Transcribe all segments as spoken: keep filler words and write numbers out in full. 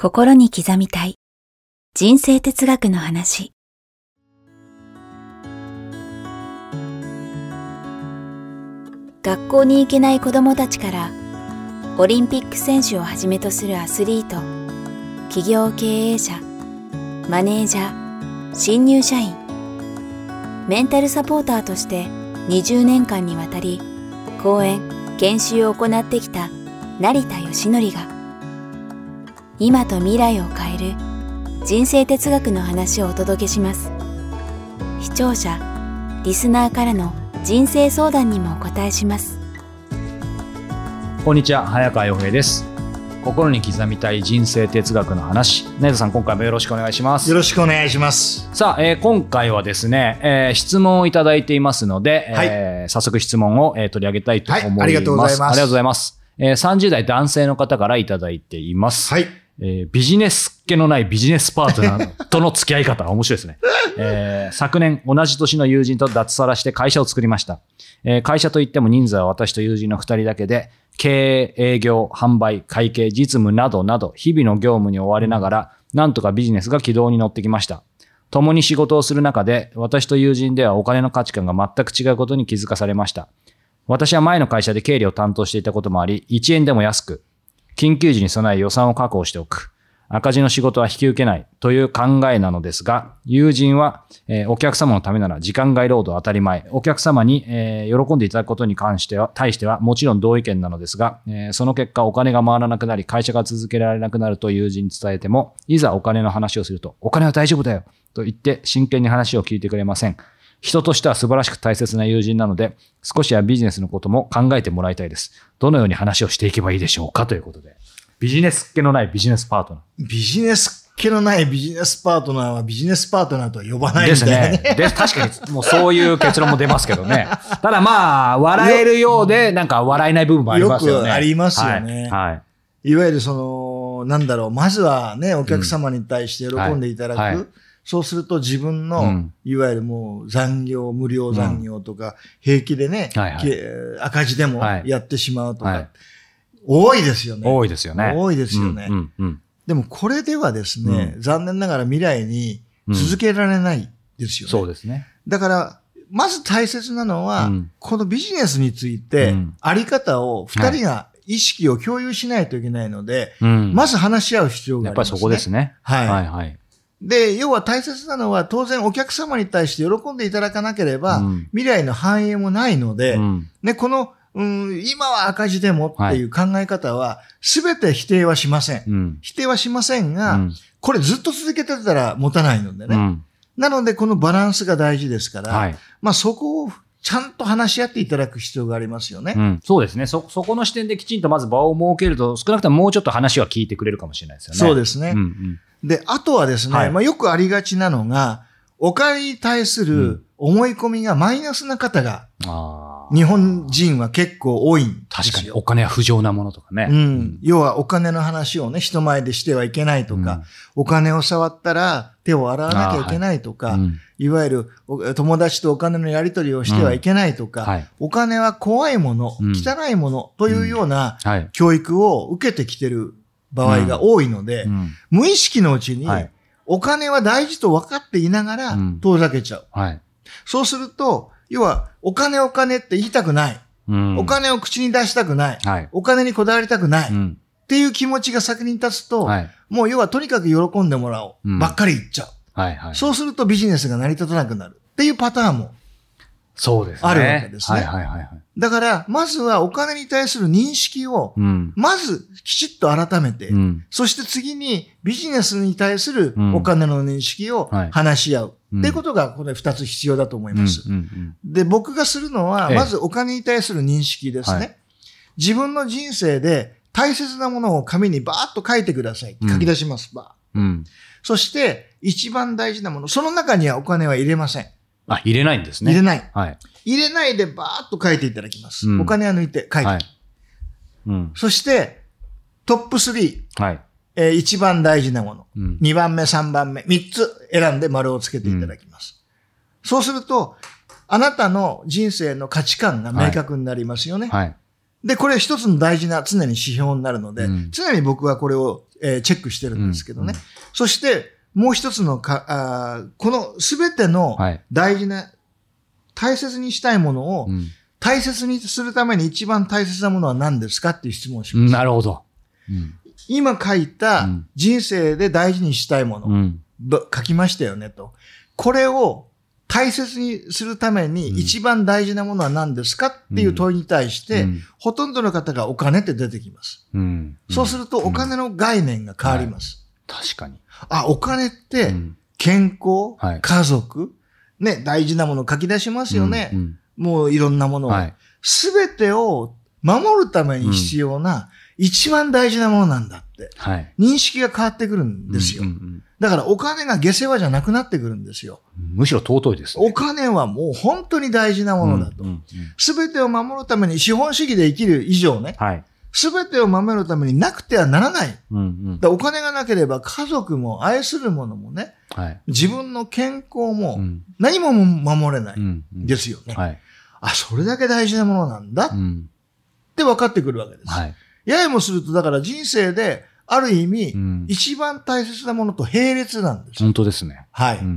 心に刻みたい人生哲学の話。学校に行けない子どもたちからオリンピック選手をはじめとするアスリート、企業経営者、マネージャー、新入社員、メンタルサポーターとしてにじゅうねんかんにわたり講演・研修を行ってきた成田義則が今と未来を変える人生哲学の話をお届けします。視聴者、リスナーからの人生相談にもお答えします。 こんにちは、早川洋平です。心に刻みたい人生哲学の話、成田さん、今回もよろしくお願いします。 よろしくお願いします。 さあ、えー、今回はですね、えー、質問をいただいていますので、はいえー、早速質問を、えー、取り上げたいと思います、 はい、ありがとうございます。 ありがとうございます。えー、さんじゅう代男性の方からいただいています。 はいえー、ビジネスっ気のないビジネスパートナーとの付き合い方、面白いですね。えー、昨年同じ年の友人と脱サラして会社を作りました。えー、会社といっても人数は私と友人のふたりだけで、経営、営業、販売、会計、実務などなど日々の業務に追われながら、なんとかビジネスが軌道に乗ってきました。共に仕事をする中で、私と友人ではお金の価値観が全く違うことに気づかされました。私は前の会社で経理を担当していたこともあり、いちえんでも安く、緊急時に備え予算を確保しておく。赤字の仕事は引き受けないという考えなのですが、友人は、えー、お客様のためなら時間外労働当たり前、お客様に、えー、喜んでいただくことに関しては、対してはもちろん同意見なのですが、えー、その結果お金が回らなくなり、会社が続けられなくなると友人に伝えても、いざお金の話をすると、お金は大丈夫だよと言って真剣に話を聞いてくれません。人としては素晴らしく大切な友人なので、少しはビジネスのことも考えてもらいたいです。どのように話をしていけばいいでしょうかということで。ビジネスっ気のないビジネスパートナー。 ビジネスっ気のないビジネスパートナーはビジネスパートナーとは呼ばないみたいなね。 ですね。で、確かにもうそういう結論も出ますけどね。ただまあ、笑えるようで、なんか笑えない部分もありますよね。 よくありますよね。 はい。はい、 いわゆるその、なんだろう、まずはね、お客様に対して喜んでいただく。うんはいはい、そうすると自分の、うん、いわゆるもう残業、無料残業とか、うん、平気でね、はいはい、赤字でもやってしまうとか。はいはい多いですよね。 多いですよね。 多いですよね。 うんうんうん、でもこれではですね、うん、残念ながら未来に続けられないですよね。 うん、そうですね。 だから、まず大切なのは、うん、このビジネスについて、うん、あり方を二人が意識を共有しないといけないので、はい、まず話し合う必要がありますね。 やっぱりそこですね。 はい。 はいはい。 で、要は大切なのは当然お客様に対して喜んでいただかなければ、うん、未来の繁栄もないので、うん、ね、このうん、今は赤字でもっていう考え方は、すべて否定はしません。うん、否定はしませんが、うん、これずっと続けてたら持たないのでね。うん、なので、このバランスが大事ですから、はい、まあそこをちゃんと話し合っていただく必要がありますよね。 うん、そうですね。そ、そこの視点できちんとまず場を設けると、少なくとももうちょっと話は聞いてくれるかもしれないですよね。 そうですね。うんうん、で、あとはですね、はい、まあよくありがちなのが、お金に対する思い込みがマイナスな方が、日本人は結構多いんですよ。 確かにお金は不浄なものとかね。 うん。うん、要はお金の話をね、人前でしてはいけないとか、うん、お金を触ったら手を洗わなきゃいけないとか、はいうん、いわゆる友達とお金のやり取りをしてはいけないとか、うんはい、お金は怖いもの、うん、汚いものというような教育を受けてきてる場合が多いので、うんうん、無意識のうちに、はいお金は大事と分かっていながら遠ざけちゃう。うんはい、そうすると、要はお金お金って言いたくない。うん、お金を口に出したくない。はい、お金にこだわりたくない。うん、っていう気持ちが先に立つと、はい、もう要はとにかく喜んでもらおう。ばっかり言っちゃう、はいはい。そうするとビジネスが成り立たなくなる。っていうパターンもそうですね。 あるわけですね。 はいはいはいはい、 だから、まずはお金に対する認識を、まずきちっと改めて、うん、そして次にビジネスに対するお金の認識を話し合う。うん、っていうことが、これ二つ必要だと思います。うんうんうん、で、僕がするのは、まずお金に対する認識ですね。はい、自分の人生で大切なものを紙にバーッと書いてください。書き出します。バーッと、うん。そして、一番大事なもの、その中にはお金は入れません。 あ、入れないんですね。 入れない。はい。入れないでバーッと書いていただきます。うん、お金は抜いて書いて、はいうん。そして、トップスリー。はい。えー、一番大事なもの。うん、二番目、三番目、三つ選んで丸をつけていただきます。うん、そうすると、あなたの人生の価値観が明確になりますよね。はい。はい、で、これ一つの大事な常に指標になるので、うん、常に僕はこれをえー、チェックしてるんですけどね。うんうん、そして、もう一つのか、あこのすべての大事な、はい、大切にしたいものを、大切にするために一番大切なものは何ですかっていう質問をします。 なるほど。 うん、今書いた人生で大事にしたいもの、うん、書きましたよねと。これを大切にするために一番大事なものは何ですかっていう問いに対して、うん、ほとんどの方がお金って出てきます。うん、そうするとお金の概念が変わります。 はい、確かに。 あ、お金って健康、うん、家族、ね、大事なもの書き出しますよね。うんうん、もういろんなものを。すべてを守るために必要な一番大事なものなんだって。はい、認識が変わってくるんですよ。うんうんうん、だからお金が下世話じゃなくなってくるんですよ。 むしろ尊いですね。 お金はもう本当に大事なものだと。すべ、うんうん、てを守るために資本主義で生きる以上ね。す、はい、べてを守るためになくてはならない。うんうん、だお金がなければ家族も愛するものもね。はい、自分の健康も何も守れない。ですよね。うんうんはい、あ、それだけ大事なものなんだ。って分かってくるわけです。はい、ややもするとだから人生である意味、うん、一番大切なものと並列なんです。 本当ですね。 はい、うんうんうん。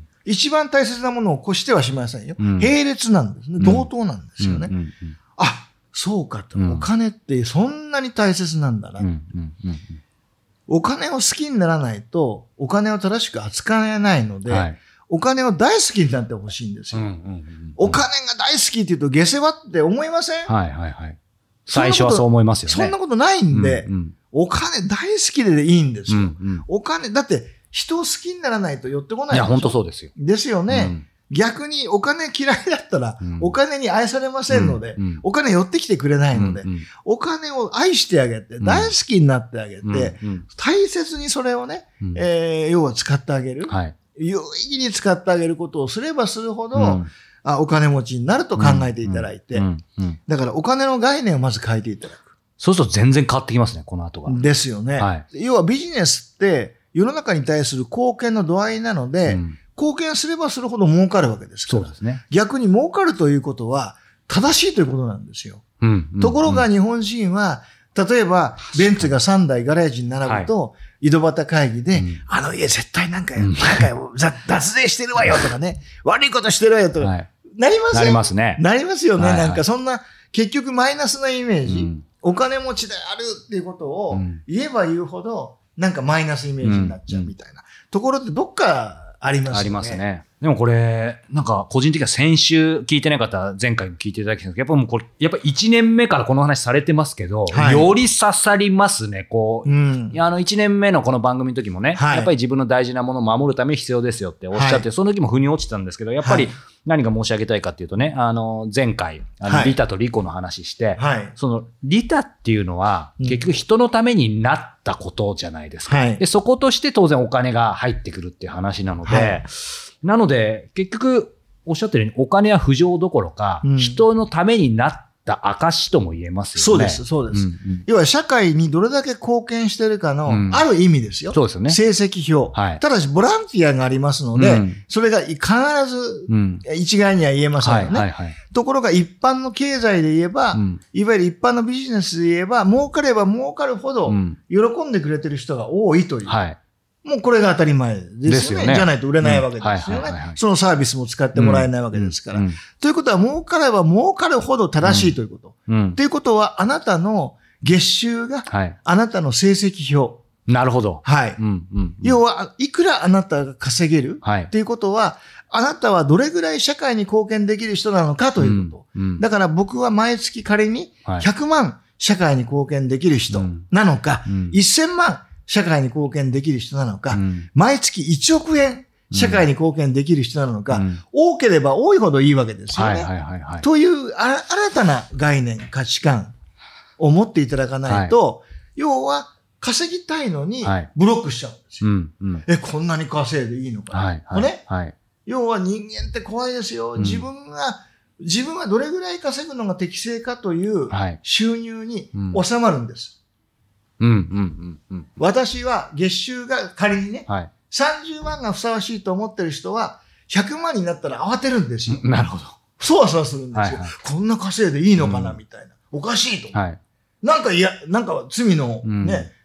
一番大切なものを越してはしませんよ。うん、並列なんですね。同等なんですよね。うんうんうん、あ、そうかと、うん。お金ってそんなに大切なんだな、うんうんうんうん。お金を好きにならないと、お金を正しく扱えないので、はい、お金を大好きになってほしいんですよ、うんうんうんうん。お金が大好きって言うと下世話って思いません？ はいはいはい。最初はそう思いますよね。 そんなことないんで、うんうん、お金大好きでいいんですよ、うんうん。お金、だって人を好きにならないと寄ってこない。 いや、本当そうですよ。 ですよね。うん、逆にお金嫌いだったら、うん、お金に愛されませんので、うんうん、お金寄ってきてくれないので、うんうん、お金を愛してあげて、大好きになってあげて、うんうん、大切にそれをね、うんえー、要は使ってあげる、はい。有意義に使ってあげることをすればするほど、うんあ、お金持ちになると考えていただいて、うんうんうん、だからお金の概念をまず変えていただく。 そうすると全然変わってきますね、この後が。 ですよね。はい、要はビジネスって世の中に対する貢献の度合いなので、うん、貢献すればするほど儲かるわけですから。 そうですね。 逆に儲かるということは正しいということなんですよ。うんうんうん、ところが日本人は、例えばベンツがさんだいガレージに並ぶと、はい井戸端会議で、うん、あの家絶対なんか、なんか脱税してるわよとかね、悪いことしてるわよとか、はい、なりますね。 なりますね。 なりますよね。はいはい、なんかそんな、結局マイナスなイメージ、うん、お金持ちであるっていうことを言えば言うほど、なんかマイナスイメージになっちゃうみたいな、うんうん、ところってどっかありますよね。 ありますね。でもこれ、なんか個人的には先週聞いてない方、前回も聞いていただきたいんですけど、やっぱもうこれ、やっぱいちねんめからこの話されてますけど、はい、より刺さりますね、こう。うん、あのいちねんめのこの番組の時もね、はい、やっぱり自分の大事なものを守るために必要ですよっておっしゃって、はい、その時も腑に落ちたんですけど、やっぱり何か申し上げたいかっていうとね、あの、前回、あの、リタとリコの話して、はい、その、リタっていうのは、結局人のためになったことじゃないですか。はい、で、そことして当然お金が入ってくるっていう話なので、はいなので、結局、おっしゃったように、お金は不浄どころか、うん、人のためになった証とも言えますよね。 そうです、そうです。うんうん、要は、社会にどれだけ貢献してるかの、ある意味ですよ。うん、 そうですよね。 成績表。はい、ただし、ボランティアがありますので、うん、それが必ず、一概には言えませんよね。はいはいはい、ところが、一般の経済で言えば、うん、いわゆる一般のビジネスで言えば、儲かれば儲かるほど、喜んでくれてる人が多いという。はいもうこれが当たり前ですよね。ですよね。じゃないと売れないわけですよね。そのサービスも使ってもらえないわけですから。うんうん、ということは、儲かれば儲かるほど正しいということ。うん、ということは、あなたの月収が、あなたの成績表。 なるほど。 はい。うんうんうん、要は、いくらあなたが稼げる、はい、ということは、あなたはどれぐらい社会に貢献できる人なのかということ。うんうん、だから僕は毎月仮にひゃくまん社会に貢献できる人なのか、うんうん、せんまん社会に貢献できる人なのか、うん、毎月いちおくえん社会に貢献できる人なのか、うん、多ければ多いほどいいわけですよね。はいはいはいはい、というあ新たな概念、価値観を持っていただかないと、はい、要は稼ぎたいのにブロックしちゃうんですよ。はいうんうん、え、こんなに稼いでいいのかな、はいはいねはい、要は人間って怖いですよ。自分が、うん、自分がどれぐらい稼ぐのが適正かという収入に収まるんです。うんうんうんうん、私は月収が仮にね、はい、さんじゅうまんがふさわしいと思ってる人はひゃくまんになったら慌てるんですよ。 なるほど。 そわそわするんですよ。はいはい、こんな稼いでいいのかなみたいな。おかしいと。はい、なんかいや、なんか罪のね、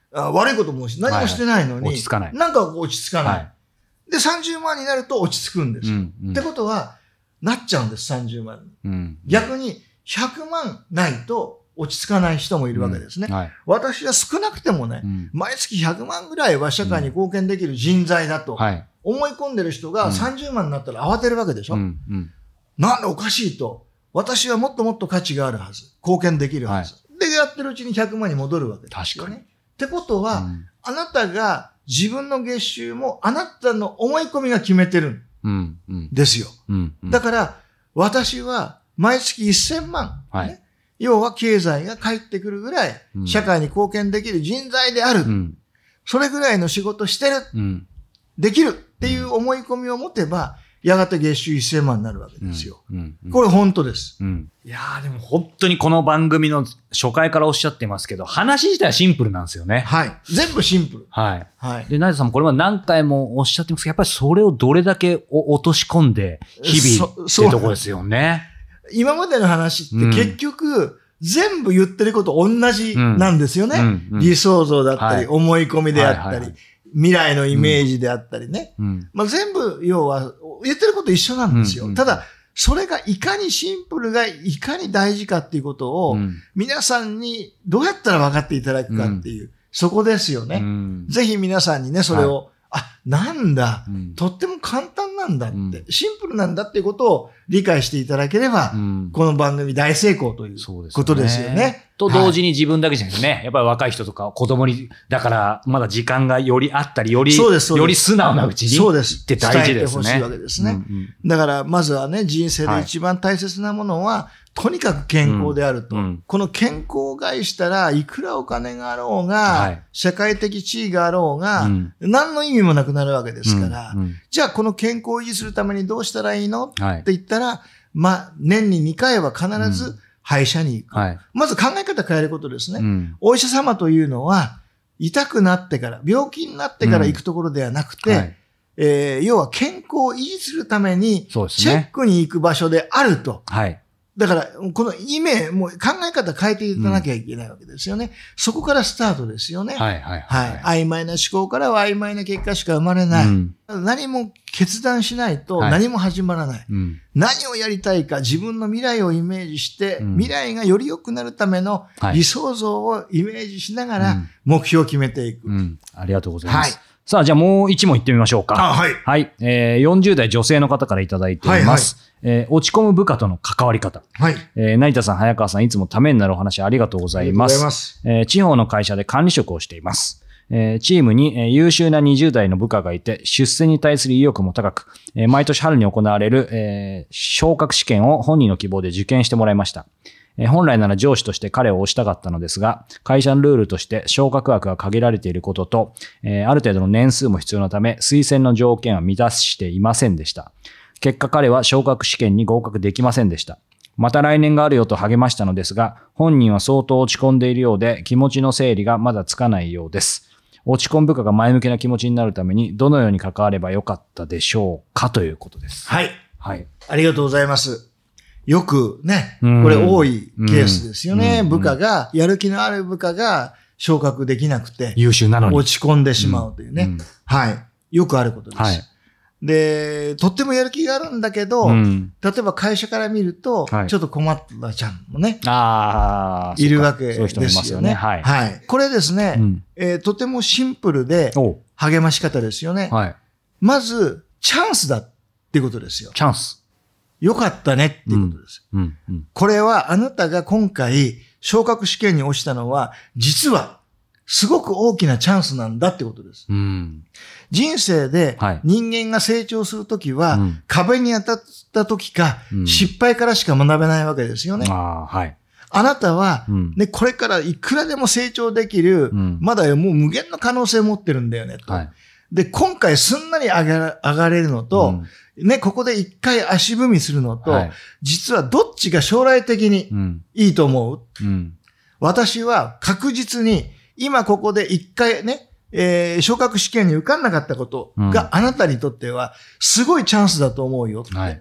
あ悪いこともし、何もしてないのに、 はいはい、落ち着かない。 なんか落ち着かない。はい、で、さんじゅうまんになると落ち着くんですよ。うんうん、ってことは、なっちゃうんです、さんじゅうまんに。うん、逆に、ひゃくまんないと落ち着かない人もいるわけですね。うんはい、私は少なくてもね、うん、毎月ひゃくまんぐらいは社会に貢献できる人材だと思い込んでる人がさんじゅうまんになったら慌てるわけでしょ。うんうん、なんでおかしいと。私はもっともっと価値があるはず。貢献できるはず。はい、で、やってるうちにひゃくまんに戻るわけですよね。確かに。ってことは、うん、あなたが自分の月収もあなたの思い込みが決めてるんですよ。うんうんうん、だから、私は毎月せんまん、ねはい、要は経済が返ってくるぐらい、社会に貢献できる人材である。うん、それぐらいの仕事してる。うん、できるっていう思い込みを持てば、やがて月収せんまんになるわけですよ。うんうんうん、これ本当です。 うん、いやーでも本当にこの番組の初回からおっしゃってますけど、話自体はシンプルなんですよね。 はい。全部シンプル。 はい。はい。で、成田さんもこれは何回もおっしゃってますけど、やっぱりそれをどれだけ落とし込んで、日々ってとこですよね。 今までの話って結局、うん、全部言ってること同じなんですよね。うんうんうん、理想像だったり、はい、思い込みであったり。はいはいはい、未来のイメージであったりね。うんうん、まあ、全部、要は、言ってること一緒なんですよ。うんうん、ただ、それがいかにシンプルがいかに大事かっていうことを、うん、皆さんにどうやったら分かっていただくかっていう、うん、そこですよね、うん。ぜひ皆さんにね、それを、はい、あ、なんだ、うん、とっても簡単なんだって、うん、シンプルなんだっていうことを理解していただければ、うん、この番組大成功ということですよね。 と同時に自分だけじゃなくてね、はい、やっぱり若い人とか子供に、だからまだ時間がよりあったり、より、より素直なうちにって大事ですね。 伝えてほしいわけですね。うんうん、だからまずはね、人生で一番大切なものは、はい、とにかく健康であると。うんうん、この健康を害したらいくらお金があろうが、はい、社会的地位があろうが、うん、何の意味もなくなるわけですから、うんうん、じゃあこの健康を維持するためにどうしたらいいの、はい、って言ったら、まあ、年ににかいは必ず、うん歯医者に行く、はい。まず考え方変えることですね、うん。お医者様というのは、痛くなってから、病気になってから行くところではなくて、うんはいえー、要は健康を維持するために、チェックに行く場所であると。はい、だから、このイメージ、もう考え方変えていかなきゃいけないわけですよね。うん、そこからスタートですよね。はいはいはい、はい。曖昧な思考からは曖昧な結果しか生まれない。うん、何も決断しないと何も始まらない、はいうん。何をやりたいか、自分の未来をイメージして、うん、未来がより良くなるための理想像をイメージしながら目標を決めていく。うんうん、 ありがとうございます。はいさあ、じゃあもう一問行ってみましょうか。 あ、はい。 はい。えー、よんじゅう代女性の方からいただいております。はいはい、えー、落ち込む部下との関わり方。はい。えー、成田さん、早川さん、いつもためになるお話ありがとうございます。ありがとうございます。えー、地方の会社で管理職をしています。えー、チームに、えー、優秀なにじゅう代の部下がいて、出世に対する意欲も高く、えー、毎年春に行われる、えー、昇格試験を本人の希望で受験してもらいました。本来なら上司として彼を推したかったのですが、会社のルールとして昇格枠が限られていることと、ある程度の年数も必要なため、推薦の条件は満たしていませんでした。結果彼は昇格試験に合格できませんでした。また来年があるよと励ましたのですが、本人は相当落ち込んでいるようで、気持ちの整理がまだつかないようです。落ち込む部下が前向きな気持ちになるために、どのように関わればよかったでしょうかということです。 はい。はい。ありがとうございます。よくね、これ多いケースですよね。部下が、やる気のある部下が昇格できなくて、 優秀なのに落ち込んでしまうというね。うんうん、はい。よくあることです。はい、で、とってもやる気があるんだけど、うん、例えば会社から見ると、はい、ちょっと困ったちゃんもね、あいるわけですよね。そういう人もいますよね。はい。はい。これですね、うんえー、とてもシンプルで励まし方ですよね。はい。まず、チャンスだっていうことですよ。 チャンス。 よかったねっていうことです、うんうんうん。これはあなたが今回昇格試験に落ちたのは実はすごく大きなチャンスなんだってことです。うん、人生で人間が成長するときは、はい、壁に当たったときか、うん、失敗からしか学べないわけですよね。あ、はい、あなたは、うんね、これからいくらでも成長できる、うん、まだもう無限の可能性を持ってるんだよねと。はい、で、今回すんなり上が、上がれるのと、うんね、ここで一回足踏みするのと、はい、実はどっちが将来的にいいと思う、うんうん、私は確実に今ここで一回ね、えー、昇格試験に受かんなかったことがあなたにとってはすごいチャンスだと思うよって、はい、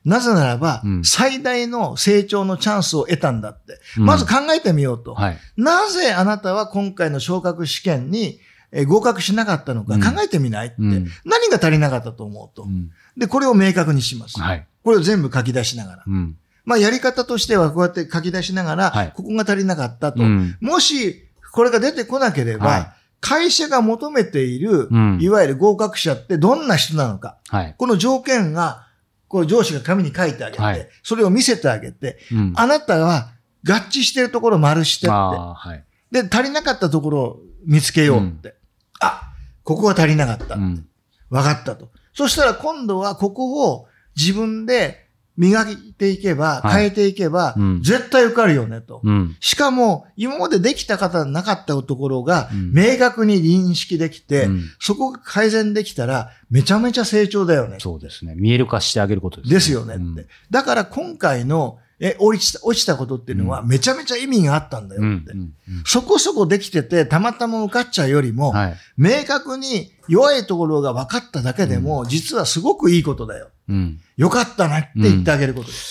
なぜならば、 うん、 最大の成長のチャンスを得たんだって。うん、まず考えてみようと、はい。なぜあなたは今回の昇格試験に合格しなかったのか考えてみないって、うん、何が足りなかったと思うと、うん。で、これを明確にします。はい、これを全部書き出しながら。うん、まあ、やり方としてはこうやって書き出しながら、はい、ここが足りなかったと。うん、もし、これが出てこなければ、はい、会社が求めている、うん、いわゆる合格者ってどんな人なのか。はい、この条件が、こう上司が紙に書いてあげて、はい、それを見せてあげて、うん、あなたは合致しているところを丸してって、はい、で、足りなかったところを見つけようって。うん、あ、ここは足りなかった。うん、分かったと。そしたら今度はここを自分で磨いていけば、変えていけば、はいうん、絶対受かるよねと、うん。しかも、今までできた方なかったところが、明確に認識できて、うん、そこが改善できたら、めちゃめちゃ成長だよね。 そうですね。見える化してあげることですね。 ですよねって。うん、だから今回の、え、落ちた、落ちたことっていうのは、めちゃめちゃ意味があったんだよって。うんうんうん、そこそこできてて、たまたま受かっちゃうよりも、はい、明確に弱いところが分かっただけでも、うん、実はすごくいいことだよ。うん、よかったなって言ってあげることです。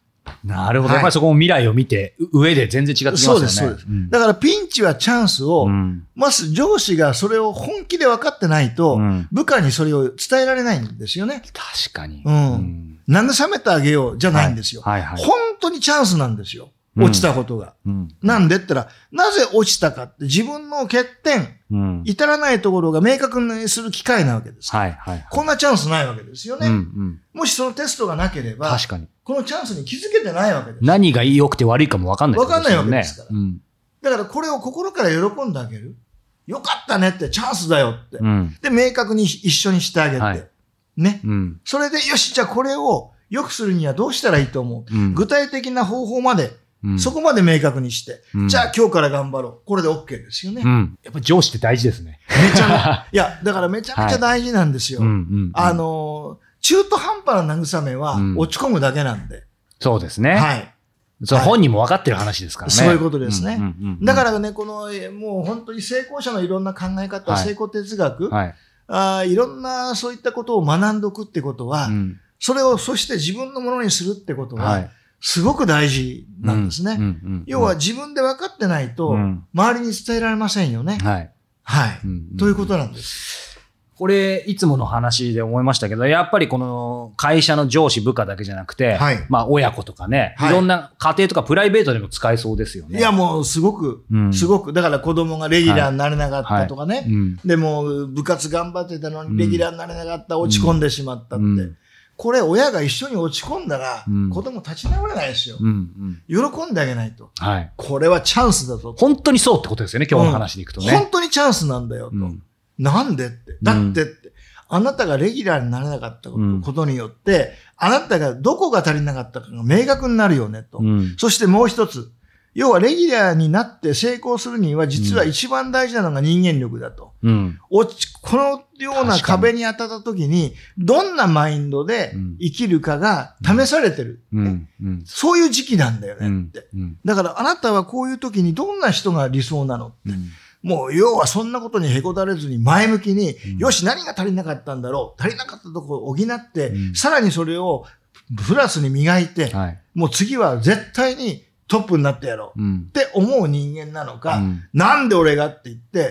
うん、なるほど。はい、やっぱりそこも未来を見て、上で全然違ってきますよね。そうです、そうです。 うん、だからピンチはチャンスを、うん、まず上司がそれを本気で分かってないと、うん、部下にそれを伝えられないんですよね。 確かに。 うん。うん慰めてあげようじゃないんですよ。はいはいはい、本当にチャンスなんですよ。落ちたことが。うん、なんでって言ったら、なぜ落ちたかって自分の欠点、うん、至らないところが明確にする機会なわけです。はいはいはい、こんなチャンスないわけですよね、うんうん。もしそのテストがなければ、確かにこのチャンスに気づけてないわけです。 何が良くて悪いかも分かんないですよね。 分かんないわけですから。うん、だからこれを心から喜んであげる。よかったねってチャンスだよって。うん、で、明確に一緒にしてあげて。はいね、うん。それで、よし、じゃあこれを良くするにはどうしたらいいと思う、うん、具体的な方法まで、うん、そこまで明確にして、うん、じゃあ今日から頑張ろう。これで OK ですよね。うん、 やっぱ上司って大事ですね。 めちゃめちゃ、いや、だからめちゃめちゃ大事なんですよ。はいうんうんうん、あの、中途半端な慰めは落ち込むだけなんで。うん、 そうですね。はい。それ本人も分かってる話ですからね。 そういうことですね。うんうんうんうん、だからね、この、もう本当に成功者のいろんな考え方、はい、成功哲学、はいあいろんなそういったことを学んどくってことは、うん、それをそして自分のものにするってことは、すごく大事なんですね。うんうんうん、要は自分で分かってないと、周りに伝えられませんよね。はい。はい、うんうん。ということなんです。 これ、いつもの話で思いましたけど、やっぱりこの会社の上司部下だけじゃなくて、はい、まあ親子とかね、はい、いろんな家庭とかプライベートでも使えそうですよね。 いやもうすごく、うん、すごく、だから子供がレギュラーになれなかったとかね、はいはいうん、でも部活頑張ってたのにレギュラーになれなかった、うん、落ち込んでしまったって、うん、これ親が一緒に落ち込んだら、うん、子供立ち直れないですよ、うんうん。喜んであげないと、はい。これはチャンスだと。 本当にそうってことですよね、今日の話でいくとね。 うん、本当にチャンスなんだよと。うん、なんでって。だってって。うんあなたがレギュラーになれなかったことによって、うん、あなたがどこが足りなかったかが明確になるよねと、うん。そしてもう一つ。要はレギュラーになって成功するには実は一番大事なのが人間力だと。うん、このような壁に当たった時にどんなマインドで生きるかが試されてる。うんうん、そういう時期なんだよねって、うんうん。だからあなたはこういう時にどんな人が理想なのって。うんもう、要はそんなことにへこたれずに前向きに、うん、よし、何が足りなかったんだろう足りなかったところを補って、うん、さらにそれをプラスに磨いて、はい、もう次は絶対にトップになってやろう、うん、って思う人間なのか、うん、なんで俺がって言って、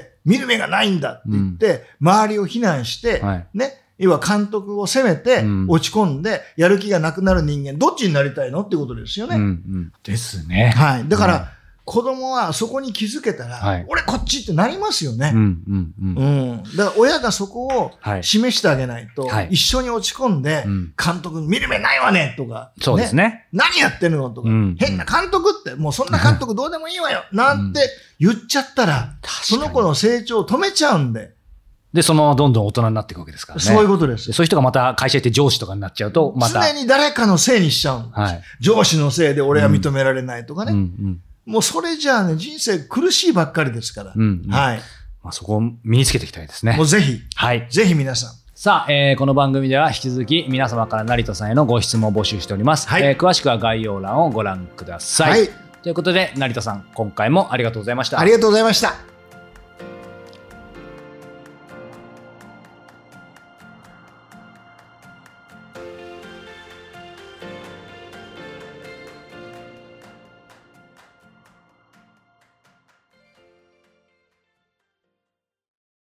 見る目がないんだって言って、うん、周りを非難して、はい、ね、要は監督を責めて、落ち込んで、やる気がなくなる人間、どっちになりたいのってことですよね。うんうん、 ですね。 はい。だから、うん子供はそこに気づけたら、はい、俺こっちってなりますよね。うんうんうんうん、だから親がそこを示してあげないと、はい、一緒に落ち込んで、うん、監督見る目ないわねとか、 そうですね。 何やってるのとか、うん、変な監督って、もうそんな監督どうでもいいわよ、なんて言っちゃったら、うん、その子の成長を止めちゃうんで。 で、そのままどんどん大人になっていくわけですからね。 そういうことです。 そういう人がまた会社行って上司とかになっちゃうと、また。 常に誰かのせいにしちゃうんです。はい、上司のせいで俺は認められないとかね。うんうんうんもうそれじゃあね、人生苦しいばっかりですから。うんうん、はい。 まあ、そこを身につけていきたいですね。 もうぜひ。はい。ぜひ皆さん。 さあ、えー、この番組では引き続き皆様から成田さんへのご質問を募集しております。はい。えー、詳しくは概要欄をご覧ください。はい。ということで、成田さん、今回もありがとうございました。 ありがとうございました。